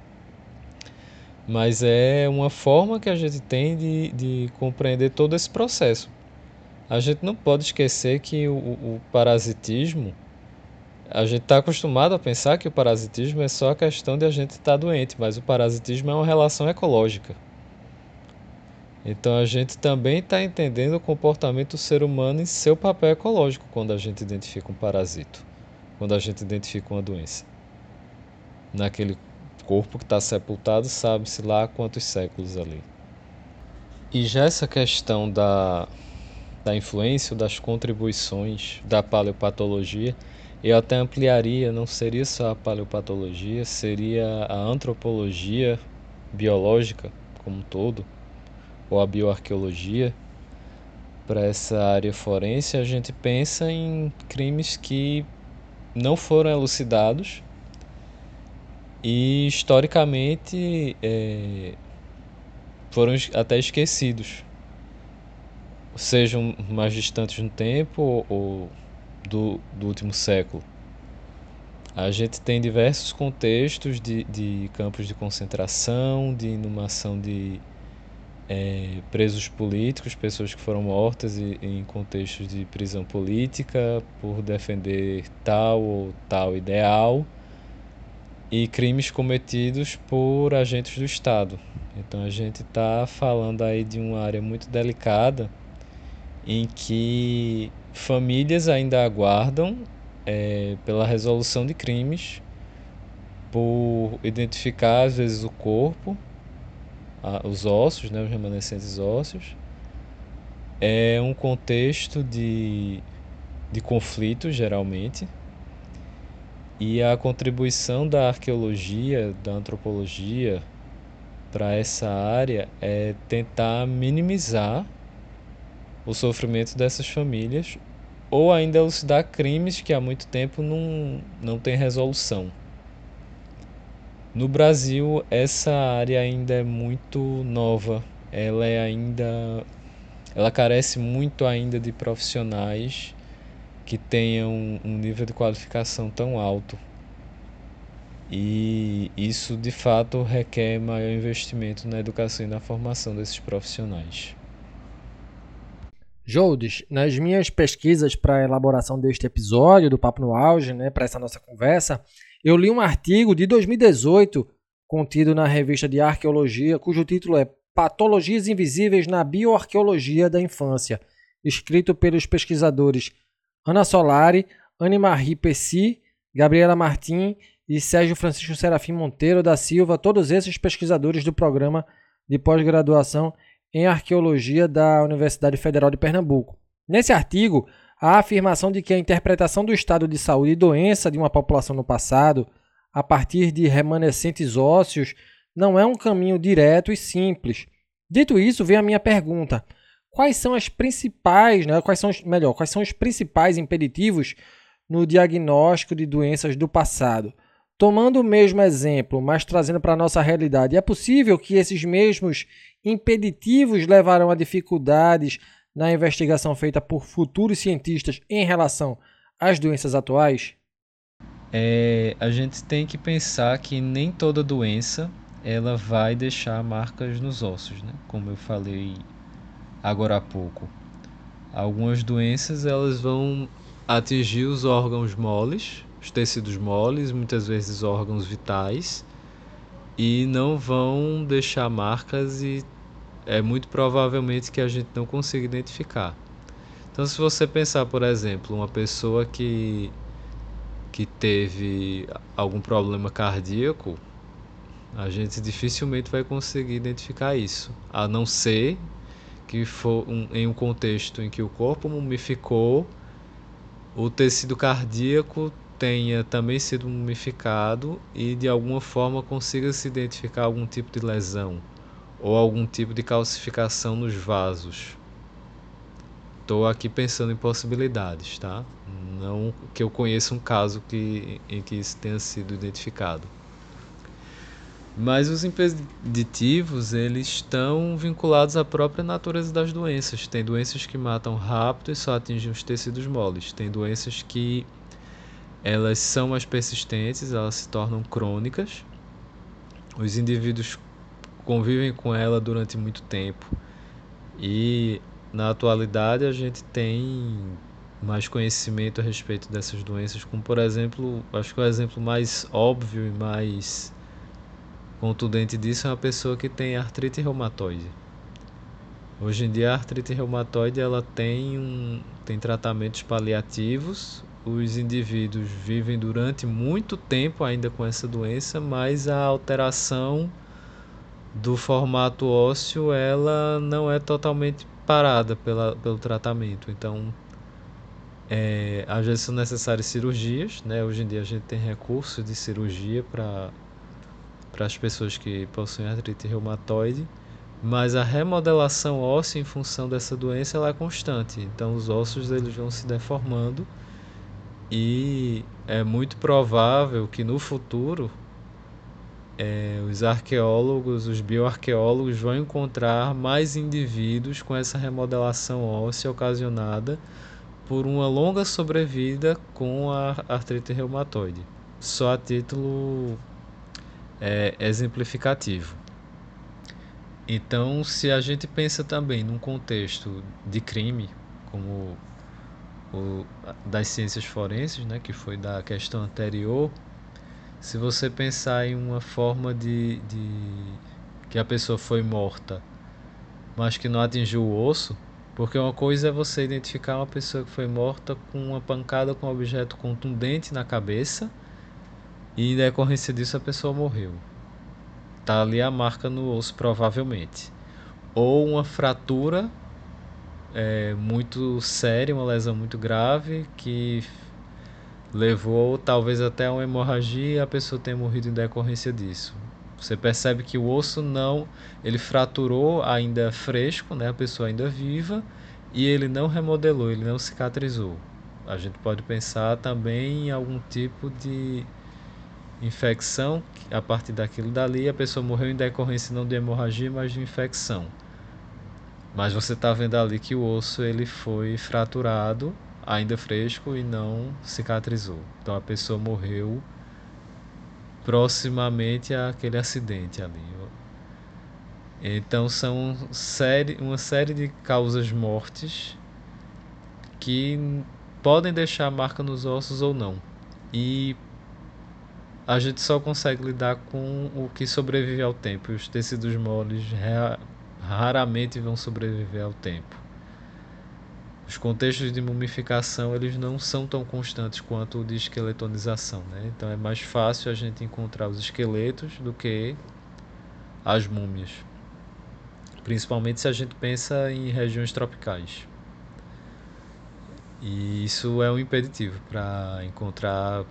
Speaker 2: Mas é uma forma que a gente tem de compreender todo esse processo. A gente não pode esquecer que o parasitismo, a gente está acostumado a pensar que o parasitismo é só a questão de a gente estar doente, mas o parasitismo é uma relação ecológica. Então a gente também está entendendo o comportamento do ser humano em seu papel ecológico quando a gente identifica um parasito, quando a gente identifica uma doença, naquele corpo que está sepultado, sabe-se lá há quantos séculos ali. E já essa questão da influência, das contribuições da paleopatologia, eu até ampliaria, não seria só a paleopatologia, seria a antropologia biológica como um todo, ou a bioarqueologia. Para essa área forense, a gente pensa em crimes que não foram elucidados e historicamente foram até esquecidos, sejam mais distantes no tempo ou do último século. A gente tem diversos contextos de campos de concentração, de inumação de presos políticos, pessoas que foram mortas em contextos de prisão política por defender tal ou tal ideal, e crimes cometidos por agentes do Estado. Então a gente está falando aí de uma área muito delicada em que famílias ainda aguardam pela resolução de crimes, por identificar às vezes o corpo, os ossos, né, os remanescentes ósseos. É um contexto de conflito, geralmente, e a contribuição da arqueologia, da antropologia para essa área é tentar minimizar o sofrimento dessas famílias ou ainda elucidar crimes que há muito tempo não tem resolução. No Brasil, essa área ainda é muito nova, ela carece muito ainda de profissionais que tenham um nível de qualificação tão alto. E isso, de fato, requer maior investimento na educação e na formação desses profissionais.
Speaker 1: Joldes, nas minhas pesquisas para a elaboração deste episódio do Papo no Auge, né, para essa nossa conversa, eu li um artigo de 2018 contido na revista de arqueologia, cujo título é Patologias Invisíveis na Bioarqueologia da Infância, escrito pelos pesquisadores Ana Solari, Anne-Marie Pessi, Gabriela Martim e Sérgio Francisco Serafim Monteiro da Silva, todos esses pesquisadores do programa de pós-graduação em Arqueologia da Universidade Federal de Pernambuco. Nesse artigo, há a afirmação de que a interpretação do estado de saúde e doença de uma população no passado, a partir de remanescentes ósseos, não é um caminho direto e simples. Dito isso, vem a minha pergunta: quais são os principais impeditivos no diagnóstico de doenças do passado? Tomando o mesmo exemplo, mas trazendo para a nossa realidade, é possível que esses mesmos impeditivos levarão a dificuldades na investigação feita por futuros cientistas em relação às doenças atuais?
Speaker 2: A gente tem que pensar que nem toda doença ela vai deixar marcas nos ossos, né? Como eu falei agora há pouco. Algumas doenças elas vão atingir os órgãos moles, os tecidos moles, muitas vezes órgãos vitais, e não vão deixar marcas e é muito provavelmente que a gente não consiga identificar. Então, se você pensar, por exemplo, uma pessoa que teve algum problema cardíaco, a gente dificilmente vai conseguir identificar isso, a não ser que for em um contexto em que o corpo mumificou, o tecido cardíaco tenha também sido mumificado e de alguma forma consiga se identificar algum tipo de lesão ou algum tipo de calcificação nos vasos. Estou aqui pensando em possibilidades, tá? Não que eu conheça um caso em que isso tenha sido identificado. Mas os impeditivos, eles estão vinculados à própria natureza das doenças. Tem doenças que matam rápido e só atingem os tecidos moles. Tem doenças que elas são mais persistentes, elas se tornam crônicas. Os indivíduos convivem com ela durante muito tempo. E na atualidade a gente tem mais conhecimento a respeito dessas doenças, como por exemplo, acho que o exemplo mais óbvio e mais contundente disso é uma pessoa que tem artrite reumatoide. Hoje em dia a artrite reumatoide ela tem tratamentos paliativos, os indivíduos vivem durante muito tempo ainda com essa doença, mas a alteração do formato ósseo ela não é totalmente parada pelo tratamento. Então, às vezes são necessárias cirurgias, né? Hoje em dia a gente tem recurso de cirurgia para as pessoas que possuem artrite reumatoide, mas a remodelação óssea em função dessa doença ela é constante. Então os ossos eles vão se deformando e é muito provável que no futuro os arqueólogos, os bioarqueólogos vão encontrar mais indivíduos com essa remodelação óssea ocasionada por uma longa sobrevida com a artrite reumatoide. Só a título exemplificativo. Então, se a gente pensa também num contexto de crime, como o das ciências forenses, né, que foi da questão anterior, se você pensar em uma forma de que a pessoa foi morta, mas que não atingiu o osso, porque uma coisa é você identificar uma pessoa que foi morta com uma pancada com um objeto contundente na cabeça e, em decorrência disso, a pessoa morreu. Tá ali a marca no osso, provavelmente. Ou uma fratura muito séria, uma lesão muito grave que levou talvez até a uma hemorragia e a pessoa tenha morrido em decorrência disso. Você percebe que o osso não, ele fraturou ainda fresco, né, a pessoa ainda viva, e ele não remodelou, ele não cicatrizou. A gente pode pensar também em algum tipo de infecção, a partir daquilo dali a pessoa morreu em decorrência não de hemorragia, mas de infecção. Mas você está vendo ali que o osso ele foi fraturado, ainda fresco e não cicatrizou. Então a pessoa morreu proximamente àquele acidente ali. Então são uma série de causas mortes que podem deixar marca nos ossos ou não. E a gente só consegue lidar com o que sobrevive ao tempo. E os tecidos moles raramente vão sobreviver ao tempo. Os contextos de mumificação eles não são tão constantes quanto o de esqueletonização, né? Então é mais fácil a gente encontrar os esqueletos do que as múmias, principalmente se a gente pensa em regiões tropicais. E isso é um impeditivo para encontrar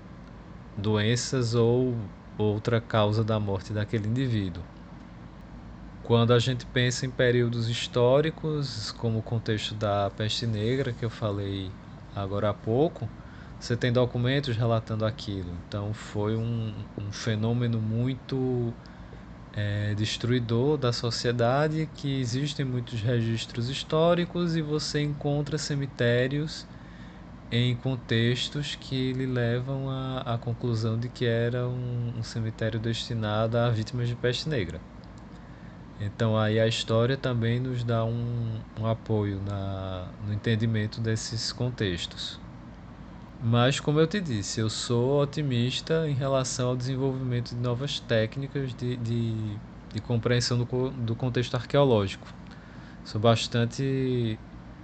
Speaker 2: doenças ou outra causa da morte daquele indivíduo. Quando a gente pensa em períodos históricos, como o contexto da peste negra, que eu falei agora há pouco, você tem documentos relatando aquilo. Então foi um fenômeno muito destruidor da sociedade, que existem muitos registros históricos e você encontra cemitérios em contextos que lhe levam à conclusão de que era um cemitério destinado a vítimas de peste negra. Então aí a história também nos dá um apoio no entendimento desses contextos. Mas como eu te disse, eu sou otimista em relação ao desenvolvimento de novas técnicas de compreensão do contexto arqueológico. Sou bastante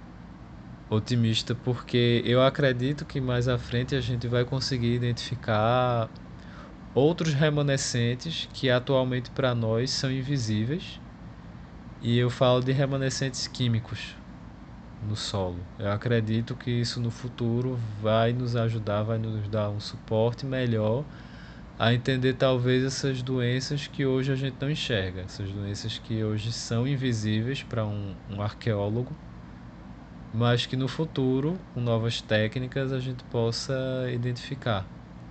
Speaker 2: otimista porque eu acredito que mais à frente a gente vai conseguir identificar outros remanescentes que atualmente para nós são invisíveis. E eu falo de remanescentes químicos no solo. Eu acredito que isso no futuro vai nos ajudar, vai nos dar um suporte melhor a entender talvez essas doenças que hoje a gente não enxerga, essas doenças que hoje são invisíveis para um arqueólogo, mas que no futuro, com novas técnicas, a gente possa identificar.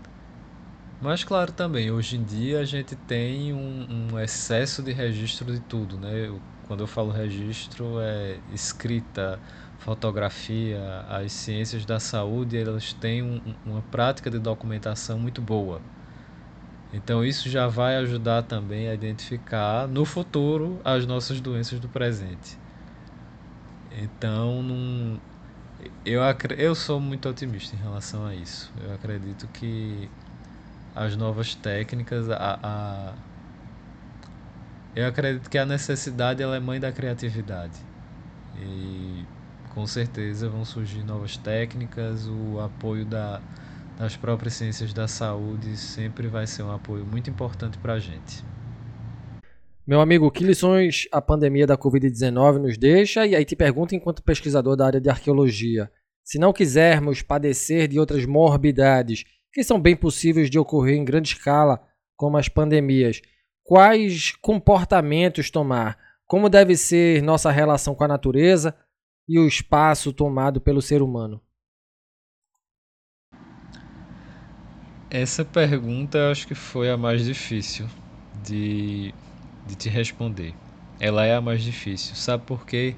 Speaker 2: Mas claro também, hoje em dia a gente tem um excesso de registro de tudo, né? Quando eu falo registro, é escrita, fotografia, as ciências da saúde, elas têm uma prática de documentação muito boa. Então isso já vai ajudar também a identificar no futuro as nossas doenças do presente. Então, eu sou muito otimista em relação a isso. Eu acredito que as novas técnicas, eu acredito que a necessidade ela é mãe da criatividade. E Com certeza vão surgir novas técnicas, o apoio das próprias ciências da saúde sempre vai ser um apoio muito importante para a gente.
Speaker 1: Meu amigo, que lições a pandemia da Covid-19 nos deixa? E aí te pergunto enquanto pesquisador da área de arqueologia. Se não quisermos padecer de outras morbidades que são bem possíveis de ocorrer em grande escala, como as pandemias, quais comportamentos tomar? Como deve ser nossa relação com a natureza e o espaço tomado pelo ser humano?
Speaker 2: Essa pergunta eu acho que foi a mais difícil de te responder. Ela é a mais difícil. Sabe por quê?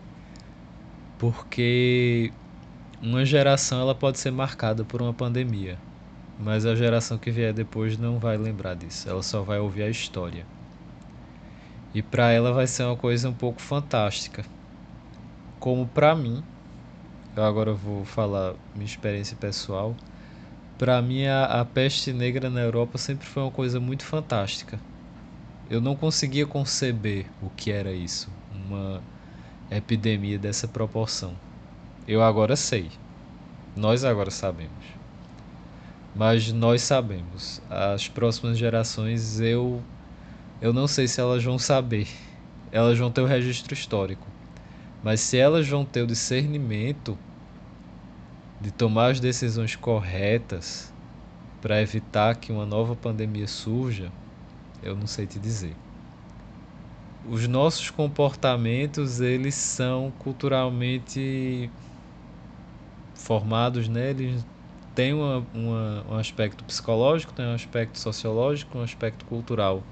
Speaker 2: Porque uma geração ela pode ser marcada por uma pandemia, mas a geração que vier depois não vai lembrar disso. Ela só vai ouvir a história. E para ela vai ser uma coisa um pouco fantástica. Como para mim, eu agora vou falar minha experiência pessoal. Para mim a peste negra na Europa sempre foi uma coisa muito fantástica. Eu não conseguia conceber o que era isso, uma epidemia dessa proporção. Eu agora sei. Nós agora sabemos. Mas nós sabemos. As próximas gerações eu não sei se elas vão saber. Elas vão ter o registro histórico. Mas se elas vão ter o discernimento de tomar as decisões corretas para evitar que uma nova pandemia surja, eu não sei te dizer. Os nossos comportamentos, eles são culturalmente formados, né? Eles têm um aspecto psicológico, tem um aspecto sociológico, um aspecto cultural.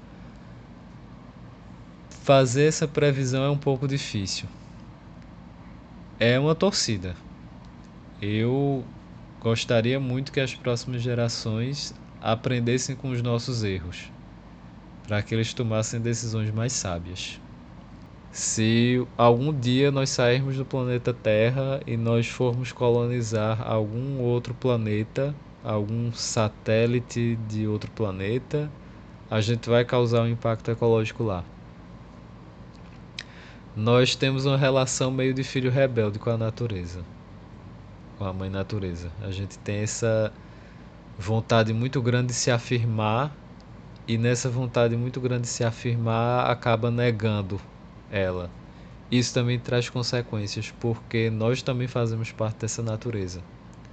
Speaker 2: Fazer essa previsão é um pouco difícil. É uma torcida. Eu gostaria muito que as próximas gerações aprendessem com os nossos erros, para que eles tomassem decisões mais sábias. Se algum dia nós sairmos do planeta Terra e nós formos colonizar algum outro planeta, algum satélite de outro planeta, a gente vai causar um impacto ecológico lá. Nós temos uma relação meio de filho rebelde com a natureza, com a mãe natureza. A gente tem essa vontade muito grande de se afirmar, e nessa vontade muito grande de se afirmar acaba negando ela. Isso também traz consequências, porque nós também fazemos parte dessa natureza.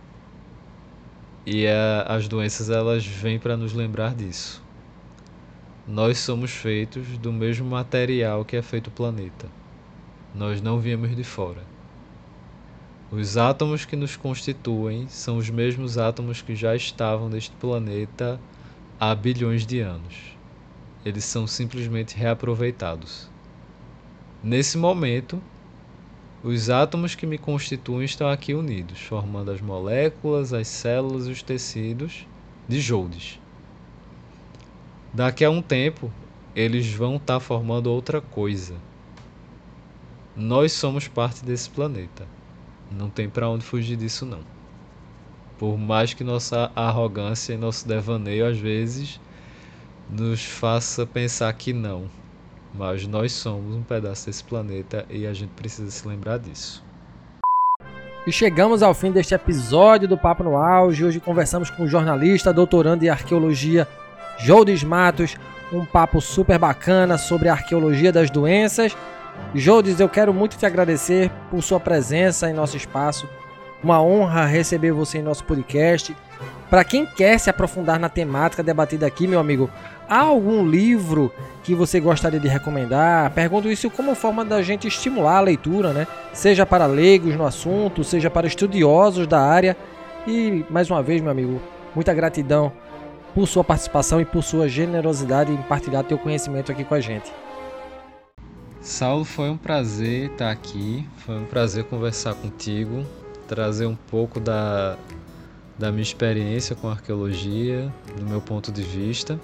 Speaker 2: E as doenças elas vêm para nos lembrar disso. Nós somos feitos do mesmo material que é feito o planeta. Nós não viemos de fora. Os átomos que nos constituem são os mesmos átomos que já estavam neste planeta há bilhões de anos. Eles são simplesmente reaproveitados. Nesse momento, os átomos que me constituem estão aqui unidos, formando as moléculas, as células e os tecidos de Joldes. Daqui a um tempo, eles vão estar formando outra coisa. Nós somos parte desse planeta. Não tem para onde fugir disso, não. Por mais que nossa arrogância e nosso devaneio, às vezes, nos faça pensar que não. Mas nós somos um pedaço desse planeta e a gente precisa se lembrar disso.
Speaker 1: E chegamos ao fim deste episódio do Papo no Auge. Hoje conversamos com o jornalista, doutorando em arqueologia, Joldes Matos. Um papo super bacana sobre a arqueologia das doenças. Joldes, eu quero muito te agradecer por sua presença em nosso espaço. Uma honra receber você em nosso podcast. Para quem quer se aprofundar na temática debatida aqui, meu amigo, há algum livro que você gostaria de recomendar? Pergunto isso como forma da gente estimular a leitura, né? Seja para leigos no assunto, seja para estudiosos da área. E, mais uma vez, meu amigo, muita gratidão por sua participação e por sua generosidade em partilhar teu conhecimento aqui com a gente.
Speaker 2: Saulo, foi um prazer estar aqui, foi um prazer conversar contigo, trazer um pouco da minha experiência com arqueologia, do meu ponto de vista.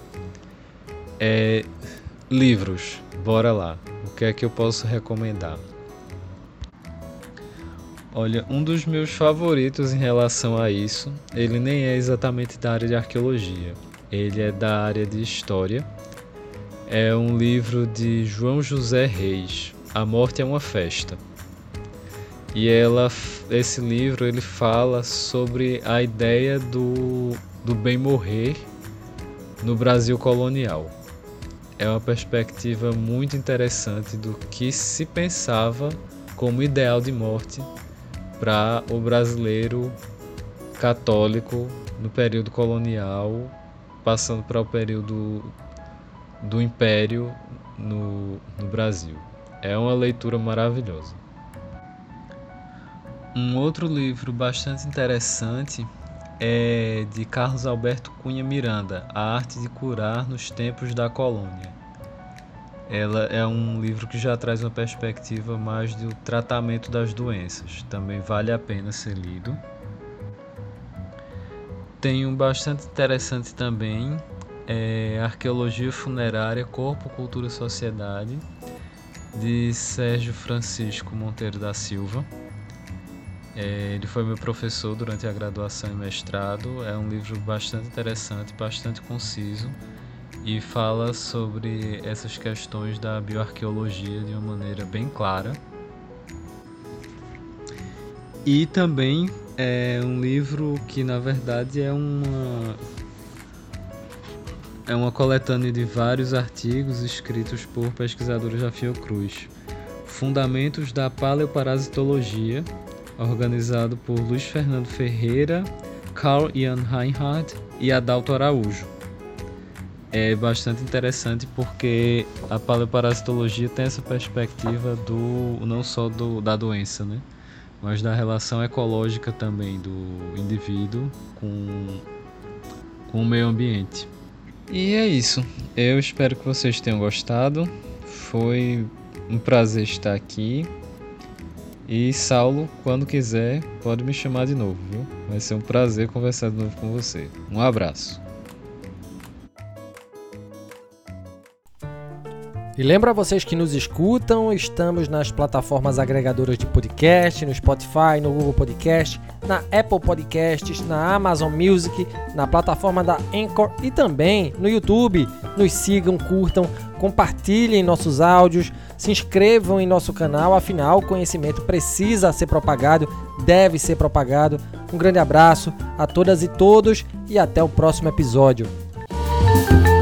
Speaker 2: Livros, bora lá. O que é que eu posso recomendar? Olha, um dos meus favoritos em relação a isso, ele nem é exatamente da área de arqueologia, ele é da área de história. É um livro de João José Reis, A Morte é uma Festa. E esse livro ele fala sobre a ideia do bem morrer no Brasil colonial. É uma perspectiva muito interessante do que se pensava como ideal de morte para o brasileiro católico no período colonial, passando para o período do Império no Brasil. É uma leitura maravilhosa. Um outro livro bastante interessante é de Carlos Alberto Cunha Miranda, A Arte de Curar nos Tempos da Colônia. Ela é um livro que já traz uma perspectiva mais do tratamento das doenças. Também vale a pena ser lido. Tem um bastante interessante também, Arqueologia Funerária, Corpo, Cultura e Sociedade, de Sérgio Francisco Monteiro da Silva. Ele foi meu professor durante a graduação e mestrado. É um livro bastante interessante, bastante conciso e fala sobre essas questões da bioarqueologia de uma maneira bem clara. E também é um livro que na verdade é uma coletânea de vários artigos escritos por pesquisadores da Fiocruz. Fundamentos da Paleoparasitologia, organizado por Luiz Fernando Ferreira, Carl Ian Reinhardt e Adalto Araújo. É bastante interessante porque a paleoparasitologia tem essa perspectiva não só da doença, né? Mas da relação ecológica também do indivíduo com o meio ambiente. E é isso. Eu espero que vocês tenham gostado. Foi um prazer estar aqui. E Saulo, quando quiser, pode me chamar de novo, viu? Vai ser um prazer conversar de novo com você. Um abraço.
Speaker 1: E lembro a vocês que nos escutam, estamos nas plataformas agregadoras de podcast, no Spotify, no Google Podcast, na Apple Podcasts, na Amazon Music, na plataforma da Anchor e também no YouTube. Nos sigam, curtam, compartilhem nossos áudios, se inscrevam em nosso canal, afinal o conhecimento precisa ser propagado, deve ser propagado. Um grande abraço a todas e todos e até o próximo episódio.